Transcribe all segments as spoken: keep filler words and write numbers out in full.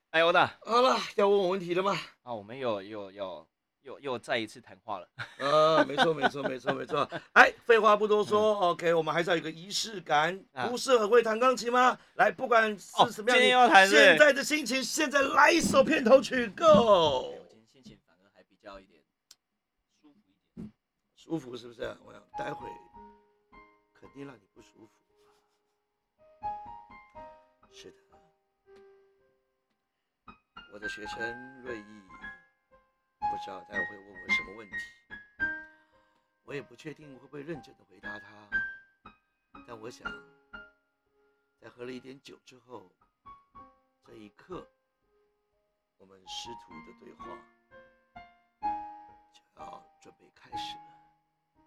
哎，欧大， 好了，要问我问题了吗？ 啊，我们又又又又又再一次谈话了。 呃，没错，没错，没错，没错。哎，废话不多嗯说，OK，我们还是要有个仪式感。不啊， 是很会弹钢琴吗？来，不管是哦， 什么样，你今天又要谈是？ 现在的心情，现在来一首片头曲哎，我 ，Go。 今天心情反而还比较一点舒服一点。 舒服是不是？我想待会肯定让你不舒服。是的，我的学生瑞意，不知道待会会问我什么问题，我也不确定会不会认真的回答他，但我想。在喝了一点酒之后，这一刻，我们师徒的对话就要准备开始了。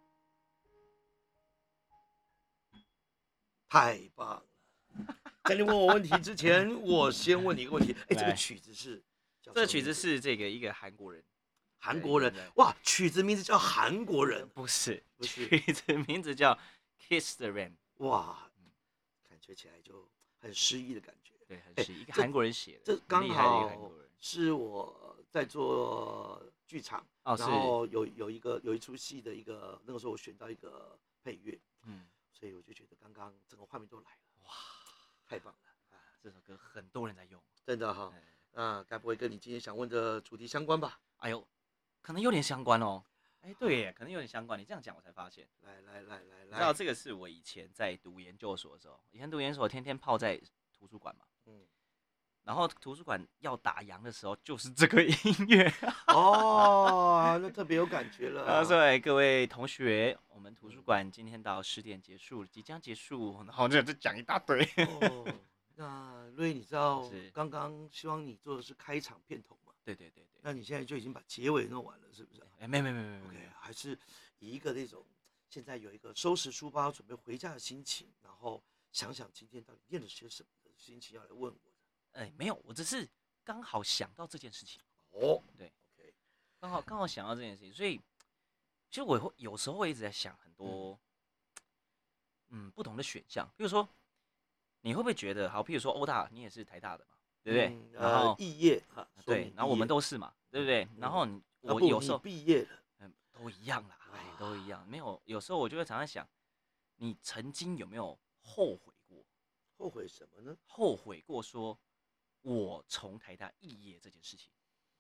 太棒了！在你问我问题之前，我先问你一个问题。哎，这个来， 曲子是叫这曲子什么名字？ 是这个一个韩国人， 韩国人。 对对哇，曲子名字叫韩国对， 人， 不是， 不是？ 曲子名字叫《Kiss the Rain》。 哇，感觉起来就很诗意的感觉。 对，很哎， 是一个这韩国人写的， 这刚很厉害的一个韩好国人。 是我在做剧场， 哦， 然是， 后有有一个有一出戏的一个那个时候我选到一个配乐， 嗯， 所以我就觉得刚刚整个画面都来了，哇，太棒了啊！ 这首歌很多人在用。 真的哈， 哎啊，该不会跟你今天想问的主题相关吧？ 哎呦，可能有点相关哦。哎，对耶，可能有点相关。你这样讲，我才发现。 来来来来你知道来， 这个是我以前在读研究所的时候，以前读研究所天天泡在图书馆嘛， 嗯， 然后图书馆要打烊的时候就是这个音乐。 哦，那特别有感觉然后说， 了， 哎，各位同学，我们图书嗯， 馆今天到十点结束，即将结束，然后就就讲一大堆。 哦，那瑞，你知道是， 刚刚希望你做的是开场片头吗？ 对对对对。 那你现在就已经把结尾弄完了，是不是哎，没没没没没 ？OK， 没， 还是以一个那种现在有一个收拾书包准备回家的心情，然后想想今天到底念了些什么的心情要来问我的。 哎，没有，我只是刚好想到这件事情。 哦对， ，OK， 刚好刚好想到这件事情，所以其实我会有时候会一直在想很嗯多嗯不同的选项，比如说你会不会觉得好？譬如说欧大，你也是台大的嘛，对不对？ 嗯，呃， 然后肄业哈，说对，然后我们明毕业， 都是嘛，对不对？然嗯， 后你啊不，你我有时候毕业了， 嗯都一样啦， 哇， 哎都一样，没有有时候我就会常常想，你曾经有没有后悔过？ 后悔什么呢？ 后悔过说我从台大肄业这件事情？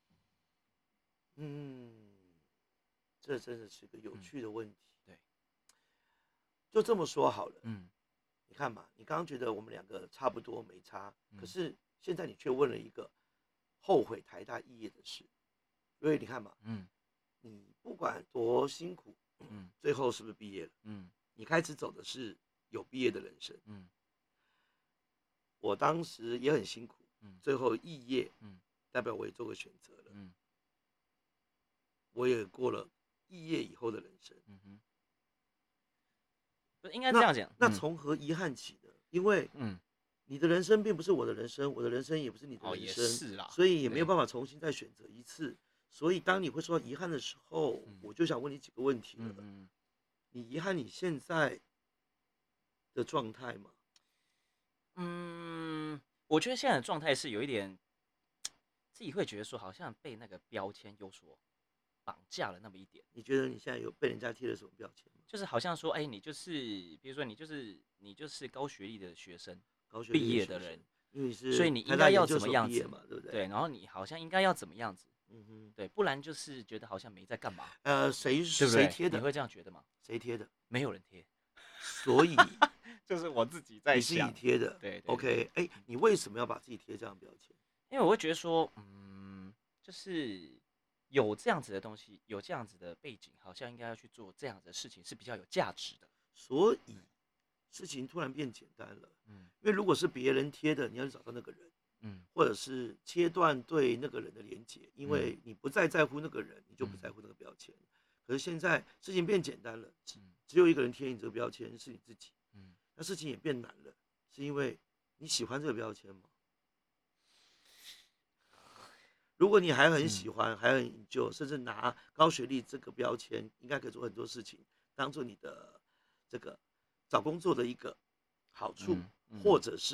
嗯，这真的是个有嗯， 趣的问题。 对， 就这么说好了， 嗯你看嘛，你刚刚觉得我们两个差不多没差，可嗯是现在你却问了一个后悔台大肄业的事，所以你看嘛， 嗯你不管多辛苦， 嗯最后是不是毕业了？ 嗯你开始走的是有毕业的人生。 嗯我当时也很辛苦， 嗯最后肄业， 嗯代表我也做个选择了， 嗯我也过了肄业以后的人生。 嗯哼，不应该这那样讲。 那嗯从何遗憾起呢？因为嗯， 你的人生并不是我的人生，我的人生也不是你的哦也人生， 是啦， 所以也没有对， 办法重新再选择一次。所以当你会说到遗憾的时候， 嗯我就想问你几个问题了： 嗯嗯你遗憾你现在的状态吗？ 嗯，我觉得现在的状态是有一点自己会觉得说，好像被那个标签有所绑架了那么一点。 你觉得你现在有被人家贴了什么标签吗？ 就是好像说，哎，你就是，比如说你就是你就是高学历的学生， 高学毕历的学生， 业的人， 因为你所以是台你应该要大研究所怎么样子？ 毕业嘛，对不对？ 对，然后你好像应该要怎么样子？ 嗯哼， 对，不然就是觉得好像没在干嘛， 呃，谁对不对？ 谁贴的？ 你会这样觉得吗？ 谁贴的？ 没有人贴， 所以就是我自己在你自己想。 贴的。 对对对， OK，哎，你为什么要把自己贴这样的标签？ 因为我会觉得说，嗯，就是有这样子的东西，有这样子的背景，好像应该要去做这样子的事情是比较有价值的。 所以事情突然变简单了。 嗯因为如果是别人贴的，你要去找到那个人， 嗯或者是切断对那个人的连接，因嗯为你不再在乎那个人，你就不在嗯乎那个标签。可是现在事情变简单了，只嗯只有一个人贴你这个标签，是你自己。 嗯， 那事情也变难了，是因为你喜欢这个标签吗？如果你还很喜嗯欢，还很研究，甚至拿高学历这个标签，应该可以做很多事情，当做你的这个找工作的一个好处， 嗯嗯或者是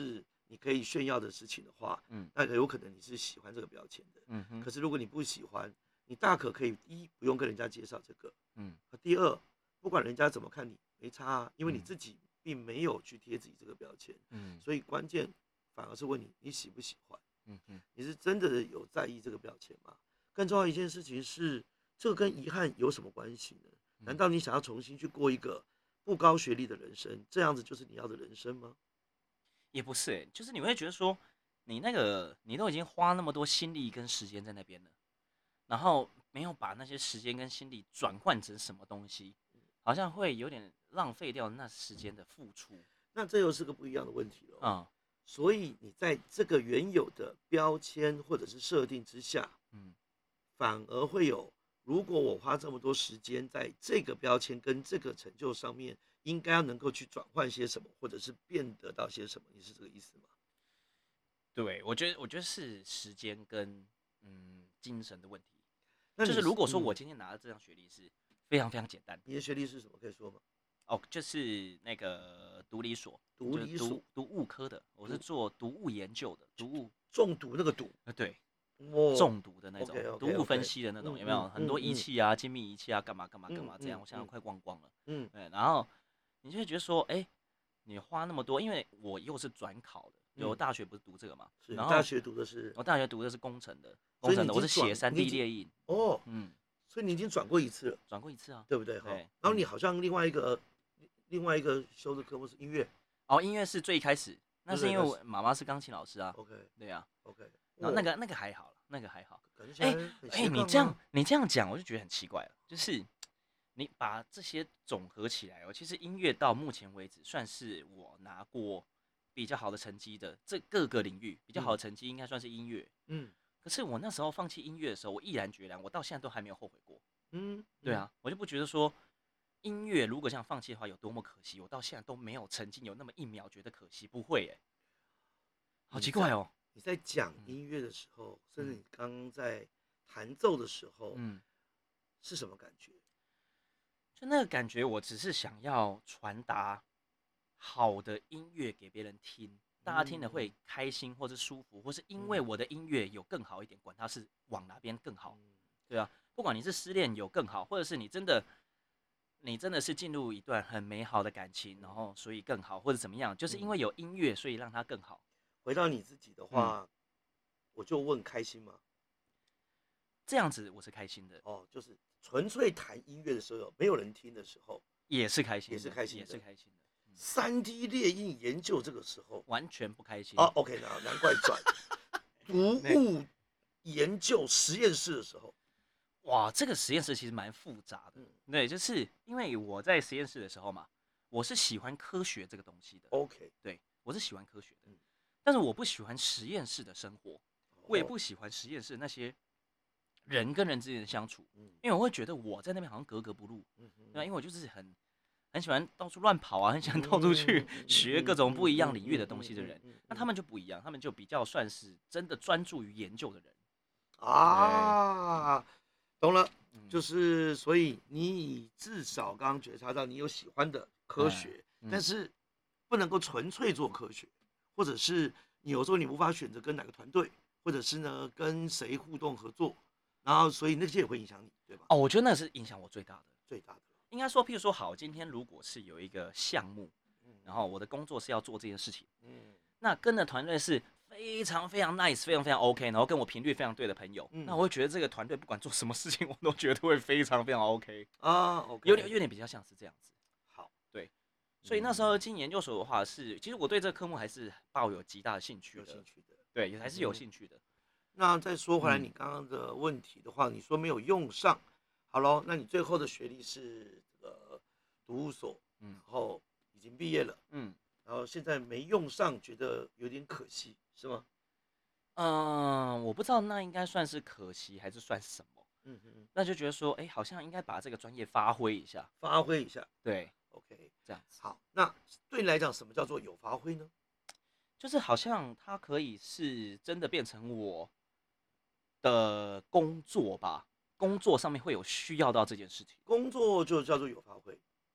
你可以炫耀的事情的话， 嗯那有可能你是喜欢这个标签的。 嗯哼可是如果你不喜欢，你大可可以一不用跟人家介绍这个， 嗯第二不管人家怎么看你没差啊，因为你嗯自己并没有去贴自己这个标签， 嗯所以关键反而是问你你喜不喜欢， 嗯哼你是真的有在意这个标签吗？更重要一件事情是，这个跟遗憾有什么关系呢？难嗯， 道你想要重新去过一个不高学历的人生，这样子就是你要的人生吗？ 也不是哎、就是你会觉得说，你那个你都已经花那么多心力跟时间在那边了，然后没有把那些时间跟心力转换成什么东西，好像会有点浪费掉那时间的付出。 那这又是个不一样的问题喽。 嗯所以你在这个原有的标签或者是设定之下， 嗯反而会有，如果我花这么多时间在这个标签跟这个成就上面，应该要能够去转换些什么，或者是变得到些什么，你是这个意思吗？ 对，我觉得我觉得是时间跟嗯精神的问题。 那你是就是如果说我嗯， 今天拿的这张学历是非常非常简单你的学历是什么？可以说吗？ 哦，就是那个读理所，就是读理所， 读读物科的，我是读做读物研究的，读物中毒那个毒， 呃对， 哦中毒的那种 ，OK 毒 OK 物分 OK， 析的那种， 嗯有没有很多嗯嗯嗯仪器啊、精密仪器啊，干嘛干嘛干嗯嘛这样？ 嗯嗯我现在快忘光了。 嗯对，然后你就会觉得说，哎、你花那么多，因为我又是转考的，就我嗯， 大学不是读这个嘛， 是你然后大学读的是， 我大学读的是工程的， 所以你工程的，我是已经转， 写三你已 D 经列印， 哦， 嗯， 所以你已经转过一次了， 转过一次啊， 对不对？哈， 对， 然后你嗯， 好像另外一个另外一个修的科目是音乐， 哦，音乐是最一开始，那是因为对不对？ 我妈妈是钢琴老师啊， OK 对啊， OK，哦， 然后那个那个还好了，那个还好， 感觉起哎、 来很哎、 斜杠啊。 你这样你这样讲，我就觉得很奇怪了，就是你把这些总合起来哦，其实音乐到目前为止算是我拿过比较好的成绩的，这各个领域比较好的嗯成绩应该算是音乐。 嗯可是我那时候放弃音乐的时候，我毅然决然，我到现在都还没有后悔过。 嗯嗯， 对啊，我就不觉得说音乐如果这样放弃的话有多么可惜，我到现在都没有曾经有那么一秒觉得可惜，不会哎、好你在奇怪哦。 你在讲嗯音乐的时候，甚至嗯你刚刚在弹奏的时候， 嗯， 是什么感觉？ 就那个感觉，我只是想要传达好的音乐给别人听，大家听了会嗯开心或是舒服，或是因为嗯我的音乐有更好一点，管它是往哪边更好， 嗯对啊，不管你是失恋有更好，或者是你真的你真的是进入一段很美好的感情，然后所以更好，或者怎么样，就是因嗯， 为有音乐，所以让它更好。 回到你自己的嗯， 话，我就问开心吗？ 这样子我是开心的， 哦，就是纯粹弹音乐的时候，没有人听的时候， 也是开心也的，也是开心的。 是开心的，嗯， 三 D 列印研究这个时候， 完全不开心。 啊，OK，那难怪转毒那物研究实验室的时候， 哇，这个实验室其实蛮复杂的。 嗯对，就是因为我在实验室的时候嘛，我是喜欢科学这个东西的， ，OK， 对我是喜欢科学的， 嗯但是我不喜欢实验室的生活，我也哦， 不喜欢实验室那些人跟人之间的相处， 嗯因为我会觉得我在那边好像格格不入， 嗯对吧？ 嗯因为我就是很很喜欢到处乱跑啊，很喜欢到处去学各种不一样领域的东西的人。那他们就不一样，他们就比较算是真的专注于研究的人。 啊，懂了， 嗯， 就是所以你至少刚刚觉察到你有喜欢的科学， 嗯但是不能够纯粹做科学，或者是你有时候你无法选择跟哪个团队，或者是呢跟谁互动合作，然后所以那些也会影响你，对吧？ 哦，我觉得那是影响我最大的。 最大的， 应该说，譬如说，好，今天如果是有一个项目， 嗯然后我的工作是要做这件事情， 嗯那跟的团队是非常非常 nice、非常非常 OK，然后跟我频率非常对的朋友， 嗯那我会觉得这个团队不管做什么事情，我都觉得会非常非常 OK， 啊，OK， 有点有点比较像是这样子。 好， 对，所以那时候进研究所的话是，其实我对这个科目还是抱有极大的兴趣的有兴，趣的。 对，也还是有嗯兴趣的。 那再说回来， 嗯你刚刚的问题的话，你说没有用上，好咯，那你最后的学历是这个读物所， 嗯然后已经毕业了， 嗯然后现在没用上，觉得有点可惜，是吗？ 嗯，我不知道那应该算是可惜还是算什么， 嗯嗯嗯， 那就觉得说，哎、好像应该把这个专业发挥一下， 发挥一下对， ，OK， 这样子。 好，那对你来讲，什么叫做有发挥呢？ 就是好像它可以是真的变成我的工作吧，工作上面会有需要到这件事情。 工作就叫做有发挥，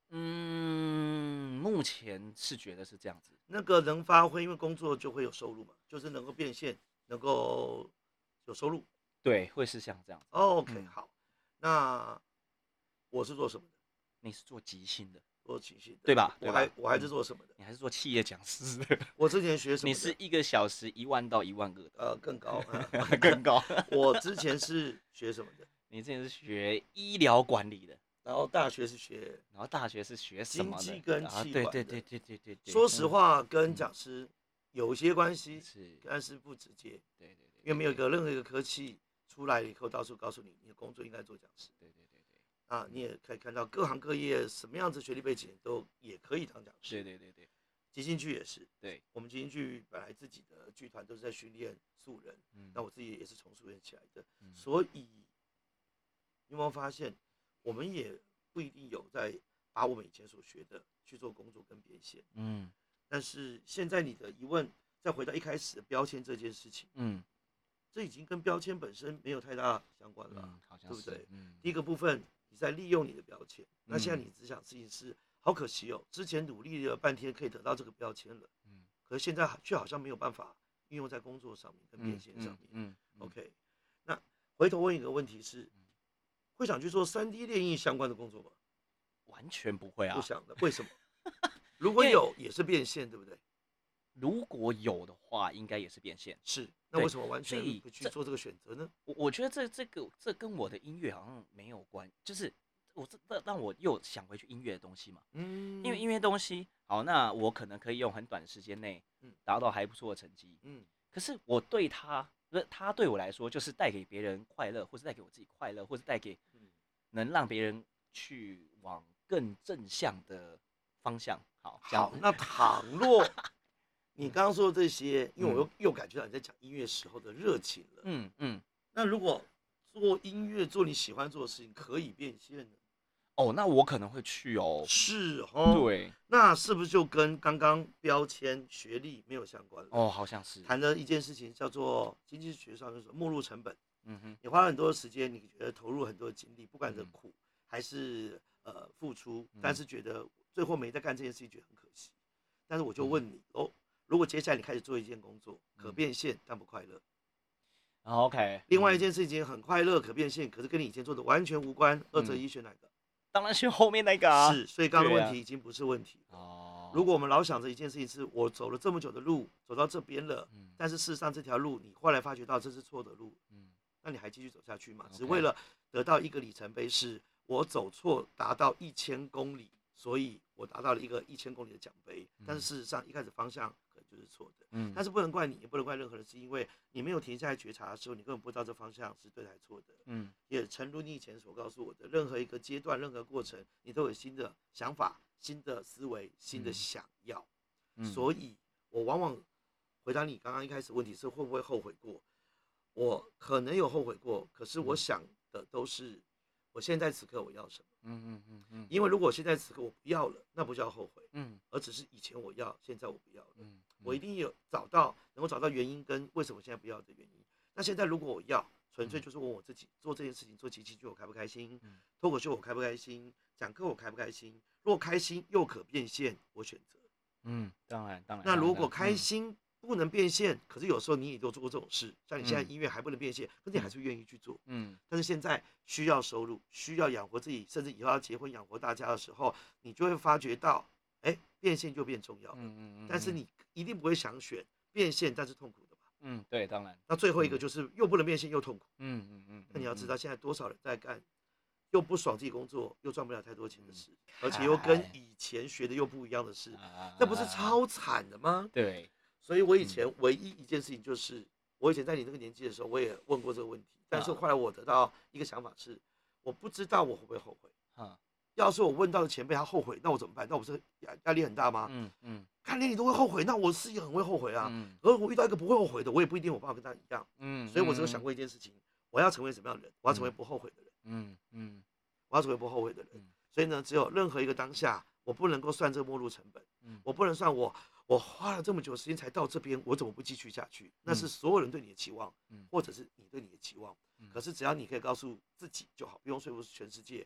嗯，目前是觉得是这样子。 那个能发挥，因为工作就会有收入嘛，就是能够变现，能够有收入。 对，会是像这样子。 哦 OK， 嗯， 好，那我是做什么的？ 你是做即兴的， 做情绪的， 对吧？ 我对吧？ 还我还是嗯， 做什么的？ 你还是做企业讲师的。 我之前学什你么的？ 是一个小时一万到一万个的， 呃，更高， 更高。 我之前是学什么的？ 你之前是学医疗管理的， 然后大学是学然后大学是学什经么的？ 济跟啊， 气管的。 对对对对对对对。 说实嗯话，跟嗯， 讲师有些关系， 是， 但是不直接， 对对对因为没有一对对个任何一个科技出来以后，到处告诉你你的工作应该做讲师。 对对对对。 啊，你也可以看到各行各业什么样子学历背景都也可以当讲师。 对对对对即兴剧也是， 对。 我们即兴剧本来自己的剧团都是在训练素人， 嗯那我自己也是从素人起来的， 嗯所以你有没有发现，我们也不一定有在把我们以前所学的去做工作跟变现。 嗯但是现在你的疑问，再回到一开始的标签这件事情， 嗯这已经跟标签本身没有太大相关了啊， 嗯，好像是。 对不对？ 嗯第一个部分，你在利用你的标签，那现在嗯你只想事情是，好可惜哦，之前努力了半天可以得到这个标签了， 嗯可是现在却好像没有办法运用在工作上面跟变嗯现上面。 嗯嗯 OK，那回头问一个问题是，会想去做三 D 列印相关的工作吗？ 完全不会啊， 不想的，为什么？如因为果有，也是变现，对不对？ 如果有的话，应该也是变现。 是，那对为什么完全所以这不去做这个选择呢？ 我我觉得这这个这跟我的音乐好像没有关，就是我这让让我又想回去音乐的东西嘛。 嗯， 因为音乐东西好，那我可能可以用很短的时间内嗯达到还不错的成绩。 嗯可是我对他，不是他对我来说，就是带给别人快乐，或是带给我自己快乐，或是带给嗯能让别人去往更正向的方向。好，这样好，那倘若你刚刚说的这些，因为我嗯又又感觉到你在讲音乐时候的热情了。 嗯嗯， 那如果做音乐做你喜欢做的事情可以变现呢？ 哦，那我可能会去哦。 是哦， 对， 那是不是就跟刚刚标签、学历没有相关了？ 哦，好像是。 谈的一件事情叫做经济学上就是没入成本。 嗯哼， 你花了很多的时间，你觉得投入很多的精力，不管是嗯苦还是呃付出， 嗯但是觉得最后没在干这件事情，觉得很可惜。但是我就嗯问你哦，如果接下来你开始做一件工作，可嗯变现但不快乐， 哦，OK。 另外一嗯件事情很快乐可变现，可是跟你以前做的完全无关，二择嗯一选哪个？ 当然是后面那个啊。 是，所以刚刚的对啊问题已经不是问题了。 哦， 如果我们老想着一件事情是我走了这么久的路，走到这边了， 嗯但是事实上这条路你后来发觉到这是错的路， 嗯那你还继续走下去吗？ OK 只为了得到一个里程碑，是我走错达到一千公里，所以我达到了一个一千公里的奖杯。但是事实上一开始方向可能就是错的。 嗯但是不能怪你，也不能怪任何人，是因为你没有停下来觉察的时候，你根本不知道这方向是对还是错的。 嗯也诚如你以前所告诉我的，任何一个阶段、任何过程，你都有新的想法、新的思维、新的嗯想要。 嗯， 所以，我往往回答你刚刚一开始问题是会不会后悔过？我可能有后悔过，可是我嗯想的都是我现在此刻我要什么。 嗯嗯嗯嗯因为如果现在此刻我不要了，那不叫后悔， 嗯而只是以前我要，现在我不要了。 嗯， 我一定有找到能够找到原因跟为什么现在不要的原因。那现在如果我要，纯粹就是问我自己，做这件事情做奇迹剧我开不开心？ 嗯脱口秀我开不开心？讲课我开不开心？如果开心又可变现，我选择。 嗯，当然当然。 那如果当然开心不能变现，可是有时候你也都做过这种事，像你现在嗯音乐还不能变现，可是你还是愿意去做。 嗯但是现在需要收入，需要养活自己，甚至以后要结婚养活大家的时候，你就会发觉到，哎，变现就变重要了。 嗯嗯嗯， 但是你一定不会想选变现，但是痛苦的吧？ 嗯对，当然。 那最后一个就是又不能变现又痛苦。 嗯嗯嗯， 那你要知道，现在多少人在干又不爽自己工作，又赚不了太多钱的事， 嗯而且又跟嗨以前学的又不一样的事， 啊那不是超惨的吗？ 对。 所以我以前唯一一件事情就是，我以前在你那个年纪的时候，我也问过这个问题，但是后来我得到一个想法是，我不知道我会不会后悔。 哈要是我问到的前辈他后悔，那我怎么办？那我不是压压力很大吗？ 嗯嗯看连你都会后悔，那我是也很会后悔啊。 嗯而我遇到一个不会后悔的，我也不一定有办法跟他一样。 嗯， 所以我只有想过一件事情，我要成为什么样的人？我要成为不后悔的人， 嗯嗯我要成为不后悔的人。 嗯所以呢，只有任何一个当下，我不能够算这个没入成本， 嗯我不能算我我花了这么久时间才到这边，我怎么不继续下去？那是所有人对你的期望， 嗯或者是你对你的期望。 嗯可是只要你可以告诉自己就好，不用说服全世界，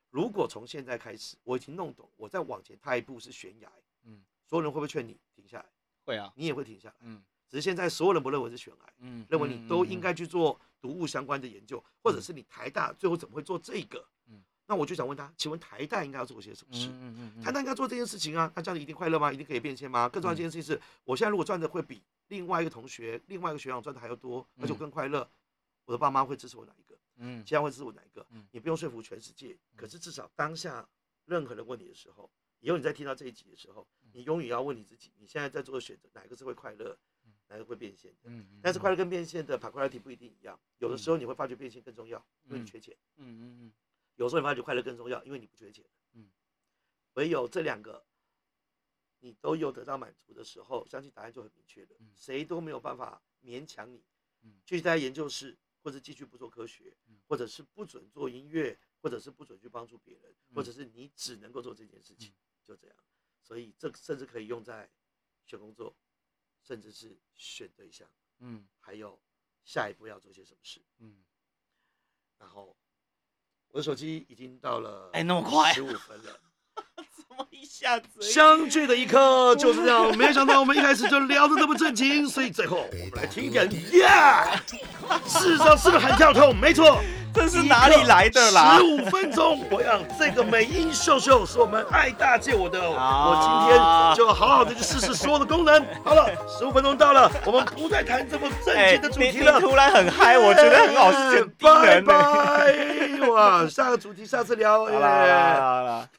如果从现在开始我已经弄懂，我再往前踏一步是悬崖，嗯，所有人会不会劝你停下来？ 会啊， 你也会停下来，嗯，只是现在所有人不认为是悬崖， 嗯， 认为你都应该去做毒物相关的研究，或者是你台大最后怎么会做这个？嗯，那我就想问他，请问台大应该要做些什么事？嗯嗯嗯，台大应该做这件事情啊，那这样子一定快乐吗？一定可以变现吗？更重要的一件事情是，我现在如果赚的会比另外一个同学、另外一个学长赚的还要多，而且我更快乐，我的爸妈会支持我哪一个？嗯，家人会支持我哪一个？嗯，你不用说服全世界，可是至少当下任何人问你的时候，以后你在听到这一集的时候，你永远要问你自己，你现在在做的选择哪一个是会快乐，哪一个会变现的？嗯，但是快乐跟变现的 popularity 不一定一样，有的时候你会发觉变现更重要，因为你缺钱。嗯嗯嗯，有时候你发觉快乐更重要，因为你不缺钱。嗯，唯有这两个你都有得到满足的时候，相信答案就很明确了。谁都没有办法勉强你，继续待在研究室，或者继续不做科学，或者是不准做音乐，或者是不准去帮助别人，或者是你只能够做这件事情，就这样。所以这甚至可以用在选工作，甚至是选对象，嗯，还有下一步要做些什么事，嗯。然后我的手机已经到了， 哎，那么快， 十五分了。 怎么一下子？ 相聚的一刻就是这样，没想到我们一开始就聊得这么正经，所以最后我们来听一点呀，事实上是不是很跳痛？没错， 这是哪里来的啦？ 十五分钟，我让这个美音秀秀是我们爱大借我的，我今天就好好的去试试所有的功能。好了，十五分钟到了，我们不再谈这么正经的主题了。 欸、你, 你突然很嗨，我觉得很好笑。 拜拜，哇，下个主题下次聊。 好啦好啦好啦。